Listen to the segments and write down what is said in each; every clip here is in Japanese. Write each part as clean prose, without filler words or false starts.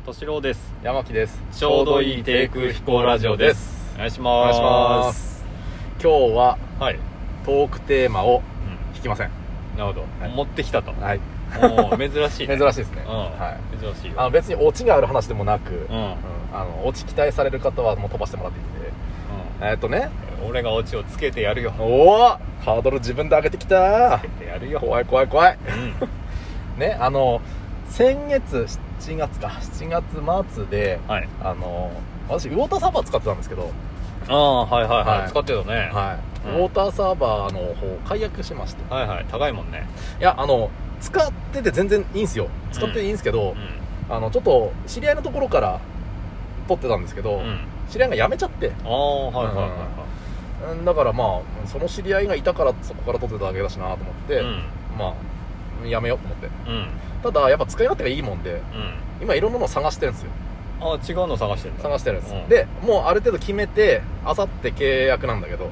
敏郎です。 山木です。 ちょうどいい低空飛行ラジオです。お願いします。 お願いします。今日は、 はい、 トークテーマを引きません。 なるほど、はい、持ってきたと。 はい。 もう珍しい、ね、 珍しいですね。 はい。珍しいよ。 別にオチがある話でもなく、オチ期待される方はもう飛ばしてもらっていいんで、ね。 俺がオチをつけてやるよ。 おお、ハードル自分で上げてきた。 つけてやるよ。 怖い。ね、先月7月末で、はい、私ウォーターサーバー使ってたんですけど、 はい、使ってたね。 はい。ウォーターサーバーの方解約しまして。 はい、高いもんね。 いや、使ってて全然いいんですよ。使ってていいんですけど、ちょっと知り合いのところから取ってたんですけど、知り合いが辞めちゃって。だからまあその知り合いがいたからそこから取ってただけだしなと思って、まあやめようと思って、ただやっぱ使い勝手がいいもんで、今いろんなの探してるんですよ。 違うの探してるんだ。 探してるんです、でもうある程度決めてあさって契約なんだけど、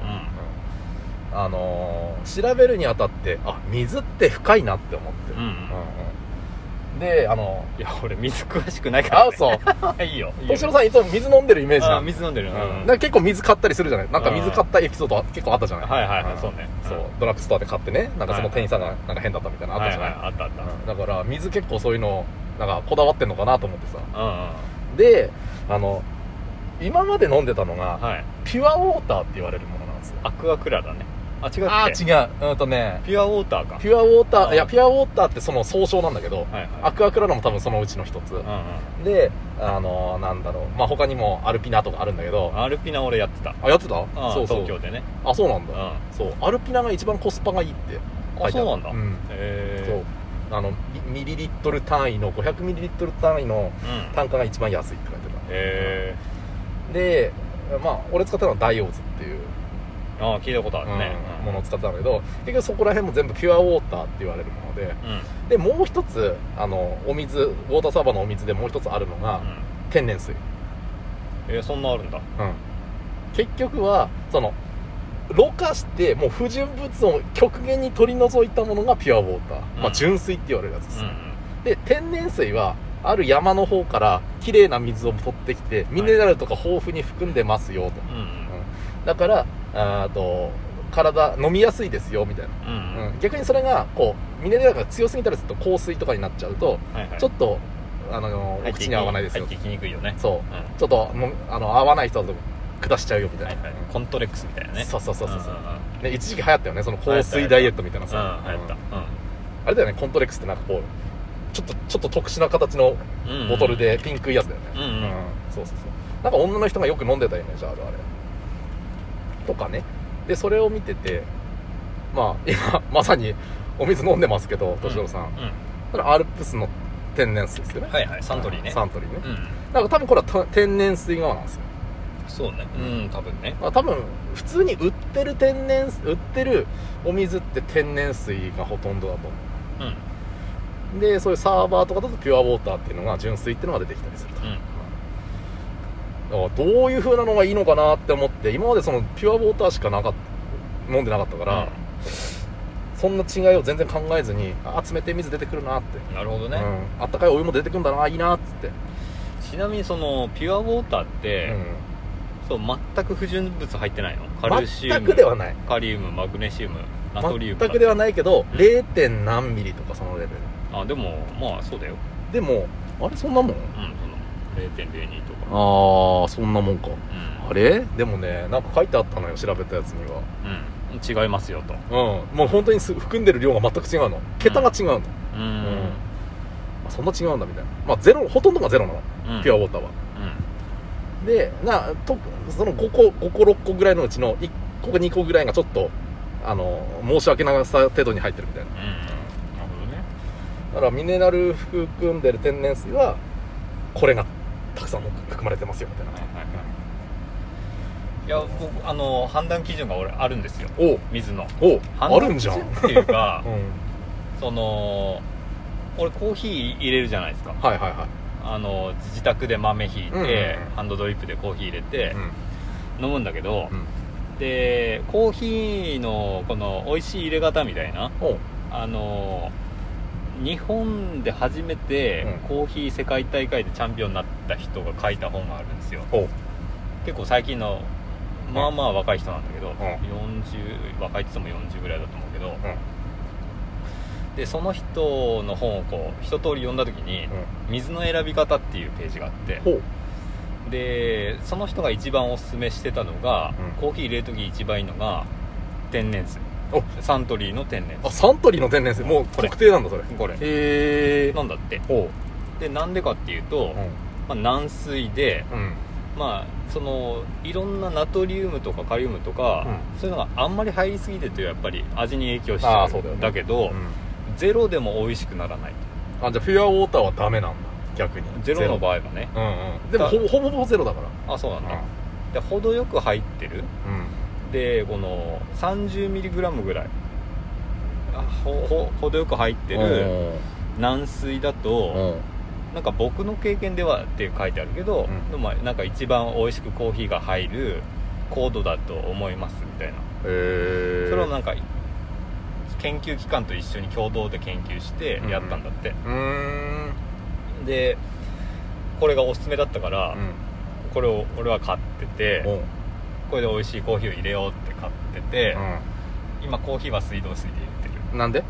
調べるにあたって水って深いなって思って、でいや俺水詳しくないから、ね、 そういいよ。 敏郎さんいつも水飲んでるイメージな水飲んでる、 だから結構水買ったりするじゃない。なんか水買ったエピソード結構あったじゃない。 そうね。 そうドラッグストアで買ってね、なんかその店員さんがなんか変だったみたいなのあったじゃない。 あった、 だから水結構そういうのなんかこだわってんのかなと思ってさ、で今まで飲んでたのが、ピュアウォーターって言われるものなんですよ。 アクアクラだね。違うっけ。 違う。ピュアウォーターか。ピュアウォーター、いやピュアウォーターってその総称なんだけど、アクアクララも多分そのうちの一つ、でなんだろう、まあ他にもアルピナとかあるんだけど、 アルピナ俺やってた。 やってた？ そう東京でね。 そうなんだ。そうアルピナが一番コスパがいいって書いてある。 そうなんだ。 そうミリリットル単位の500ミリリットル単位の単価が一番安いって書いてた。でまあ俺使ったのはダイオーズっていう聞いたことあるね、 ものを使ったんだけど、結局そこら辺も全部ピュアウォーターって言われるもので、でもう一つお水、ウォーターサーバーのお水でもう一つあるのが、天然水。 そんなあるんだ。 結局はそのろ過してもう不純物を極限に取り除いたものがピュアウォーター、純水って言われるやつです、で天然水はある山の方からきれいな水を取ってきてミネラルとか豊富に含んでますよと、だから体飲みやすいですよみたいな、逆にそれがこうミネラルが強すぎたりすると香水とかになっちゃうと、ちょっとお口に合わないですよ。 入ってきにくいよね。 そう、ちょっと合わない人だと下しちゃうよみたいな、 コントレックスみたいなね。 そうね、一時期流行ったよね、その香水ダイエットみたいなさ。 流行った。 あれだよね、コントレックスってなんかこうちょっと特殊な形のボトルでピンクいやつだよね。そうなんか女の人がよく飲んでたイメージあるあれとかね。でそれを見てて、まあ今まさにお水飲んでますけど、敏郎さん、それアルプスの天然水ですよね。サントリーね。なんか多分これは天然水側なんですよ。 そうね。多分ね。 多分普通に売ってるお水って天然水がほとんどだと思う。でそういうサーバーとかだとピュアウォーターっていうのが純水っていうのが出てきたりすると。だからどういう風なのがいいのかなって思って、今までそのピュアウォーターしか飲んでなかったから、そんな違いを全然考えずに、冷てえ水出てくるなって。 なるほどね。 あったかいお湯も出てくるんだな、いいなっつって。 ちなみにそのピュアウォーターって、そう全く不純物入ってないの？カルシウム、 全くではない。 カリウム、マグネシウム、ナトリウム。 全くではないけど、0. 何ミリとかそのレベル。 でもまあそうだよ。 でもあれそんなもん？ 0.02 とか。 そんなもんか。あれでもね、なんか書いてあったのよ、調べたやつには。 違いますよと。 もう本当に含んでる量が全く違うの。桁が違うの。そんな違うんだみたいな。まあゼロ、ほとんどがゼロなの、ピュアウォーターは。でその5個6個ぐらいのうちの1個か2個ぐらいがちょっと申し訳なさ程度に入ってるみたいな。なるほどね。 だからミネラル含んでる天然水はこれがたくさん含まれてますよみたいな。 いや僕判断基準が俺あるんですよ。水のあるんじゃんっていうか、その俺コーヒー入れるじゃないですか。自宅で豆ひいて、ハンドドリップでコーヒー入れて、飲むんだけど、でコーヒーのこの美味しい入れ方みたいな、 日本で初めてコーヒー世界大会でチャンピオンになった人が書いた本があるんですよ、結構最近のまあまあ若い人なんだけど、40若いって言っても40ぐらいだと思うけど、でその人の本をこう一通り読んだ時に、水の選び方っていうページがあって、でその人が一番おすすめしてたのが、コーヒー入れる時一番いいのが天然水、サントリーの天然水。 サントリーの天然水、もう特定なんだそれ。 これなんだって。でなんでかっていうと、軟水で、まあそのいろんなナトリウムとかカリウムとか、そういうのがあんまり入りすぎてとやっぱり味に影響しちゃうんだけど、ゼロでも美味しくならない。 じゃあピュアウォーターはダメなんだ逆に。 ゼロの場合はね。 でもほぼほぼゼロだから。 そうなんだ。で程よく入ってる。でこの 30mg ぐらい程よく入ってる軟水だと、なんか僕の経験ではって書いてあるけど、でもなんか一番美味しくコーヒーが入る高度だと思いますみたいな。それをなんか研究機関と一緒に共同で研究してやったんだって。でこれがおすすめだったから、これを俺は買ってて、これで美味しいコーヒーを入れようって買ってて、今コーヒーは水道水で入れてる。 なんで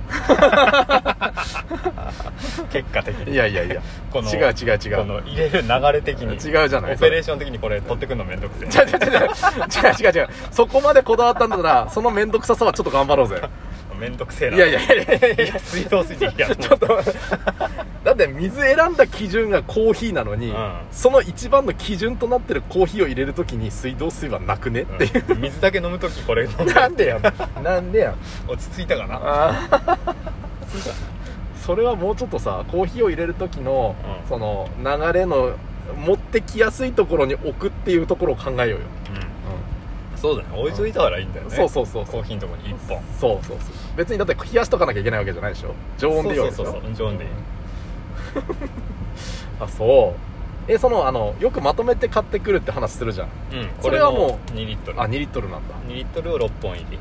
結果的に。 いや違うこの入れる流れ的に違うじゃない。 オペレーション的にこれ取ってくるのめんどくせえ。 違うそこまでこだわったんだからそのめんどくささはちょっと頑張ろうぜ。 めんどくせえな。 いや水道水でいいや。 ちょっとだって水選んだ基準がコーヒーなのに、その一番の基準となってるコーヒーを入れるときに水道水はなくねっていう、 水だけ飲むときこれ飲んで。 なんでや落ち着いたかな。 それはもうちょっとさ、コーヒーを入れるときの、その流れの持ってきやすいところに置くっていうところを考えようよ。 そうだね、置いといたからいいんだよね。 そうコーヒーのところに1本。 そう別にだって冷やしとかなきゃいけないわけじゃないでしょ。常温でいいわけでしょ。 そう常温でいい。 そうそのよくまとめて買ってくるって話するじゃん。 これはもう2リットル。 2リットルなんだ。 2リットルを6本入り。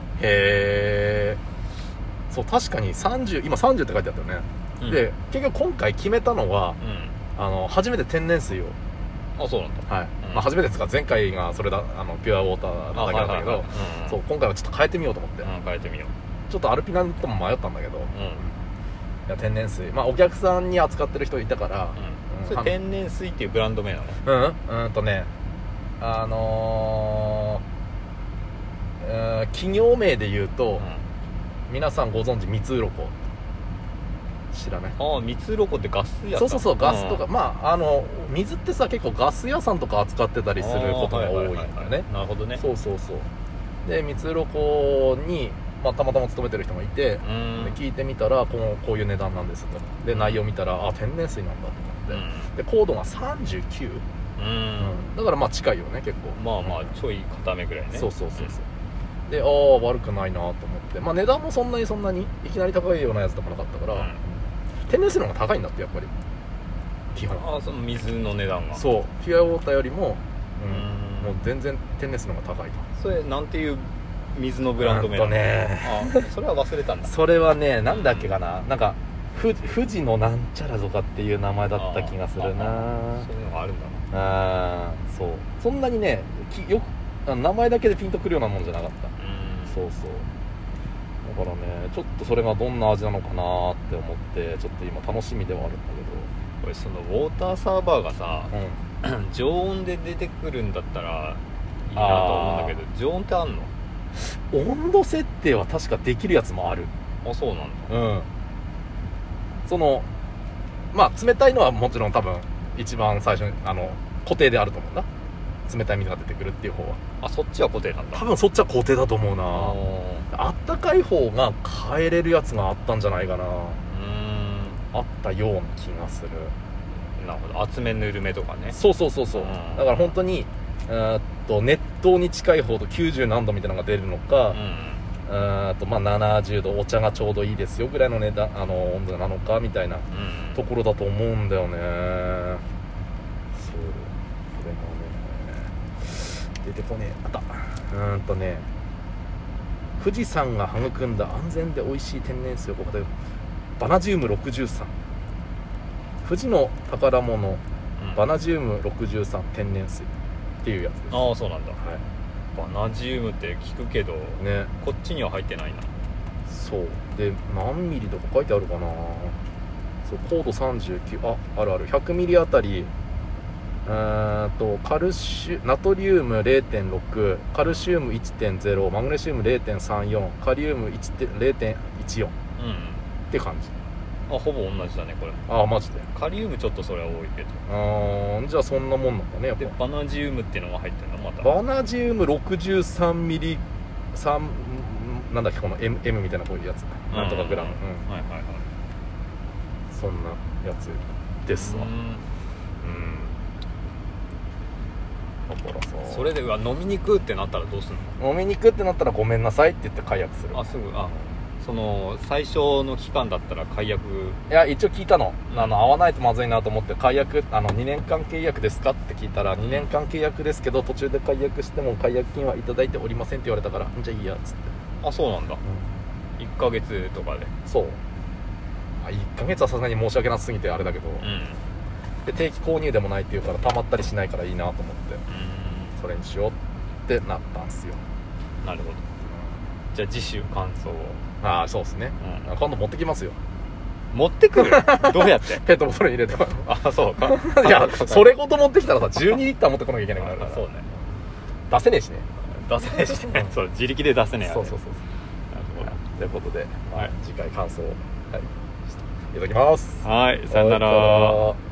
そう確かに今30って書いてあったよね。で結局今回決めたのは、初めて天然水を。 そうなんだ。 初めてですか。前回がそれだピュアウォーターだけなんだけど、そう今回はちょっと変えてみようと思って。 変えてみよう。 ちょっとアルピナとも迷ったんだけど、いや天然水、お客さんに扱ってる人いたから、 それ天然水っていうブランド名なの？ 企業名で言うと、皆さんご存知三つ鱗。知らない？ 三つ鱗ってガス屋さん。 そうガスとか、水ってさ結構ガス屋さんとか扱ってたりすることが多いんだよね。 なるほどね。 そうで三つ鱗に、たまたま勤めてる人もいて、で聞いてみたらこういう値段なんですと。で内容見たら天然水なんだと思って、で高度が39、だから近いよね結構。 ちょい固めぐらいね。 そうで悪くないなと思って、値段もそんなにいきなり高いようなやつでもなかったから、天然水の方が高いんだってやっぱり基本。 その水の値段が。 そうピュアウォーターよりも、もう全然天然水の方が高いと。 それなんていう水のブランド名なの？それは忘れたんだ。 それはね、なんだっけかな、なんか富士のなんちゃらとかっていう名前だった気がするな。 そういうのがあるんだな。 そうそんなにねよく名前だけでピンとくるようなもんじゃなかった。そうだからね、ちょっとそれがどんな味なのかなって思って、ちょっと今楽しみではあるんだけど、これそのウォーターサーバーがさ、常温で出てくるんだったらいいなと思うんだけど、常温ってあんの？ 温度設定は確かできるやつもある。 そうなんだ。 その冷たいのはもちろん多分一番最初に固定であると思うんだ。冷たい水が出てくるっていう方は。 そっちは固定なんだ。 多分そっちは固定だと思うな。あったかい方が変えれるやつがあったんじゃないかな。あったような気がする。 なるほど。厚めぬるめとかね。 そうだから本当に熱湯に近い方と90何度みたいなのが出るのか、70度お茶がちょうどいいですよぐらいの温度なのかみたいなところだと思うんだよね。出てこねえ。あった富士山が育んだ安全で美味しい天然水をここでバナジウム63、富士の宝物、バナジウム63天然水っていうやつです。 ああそうなんだ、 はい、 バナジウムって聞くけど、ね、こっちには入ってないな。 そうで、何ミリとか書いてあるかな。そう、高度39、あるある、100ミリあたりナトリウム 0.6、 カルシウム 1.0、 マグネシウム 0.34、 カリウム 0.14、って感じ。 ほぼ同じだねこれ。 マジで。 カリウムちょっとそれは多いけど。 じゃあそんなもんなんだねやっぱ。 でバナジウムっていうのが入ってるのまた。 バナジウム63ミリ3、なんだっけこの M みたいなこういうやつ、なんとかグラム、はいはいはい、そんなやつですわ。だからさ、 それで飲みに行くってなったらどうするの？飲みに行くってなったらごめんなさいって言って解約する。 すぐその最初の期間だったら解約。 いや一応聞いたの、会わないとまずいなと思って解約2年間契約ですかって聞いたら、2年間契約ですけど途中で解約しても解約金はいただいておりませんって言われたから、じゃあいいやっつって。 そうなんだ、1ヶ月とかで。 そう、1ヶ月はさすがに申し訳なさすぎてあれだけど、で定期購入でもないっていうから溜まったりしないからいいなと思って、それにしようってなったんすよ。 なるほど。じゃあ次週感想を。 そうですね、今度持ってきますよ。 持ってくるどうやってペットボトルに入れてそうかいやそれごと持ってきたらさ12リッター持ってこなきゃいけないからそうね、 出せねえしね。 出せねえしねそう自力で出せねえ。 そうなるほど。ということで、次回感想を、いただきます。 はい、さよなら。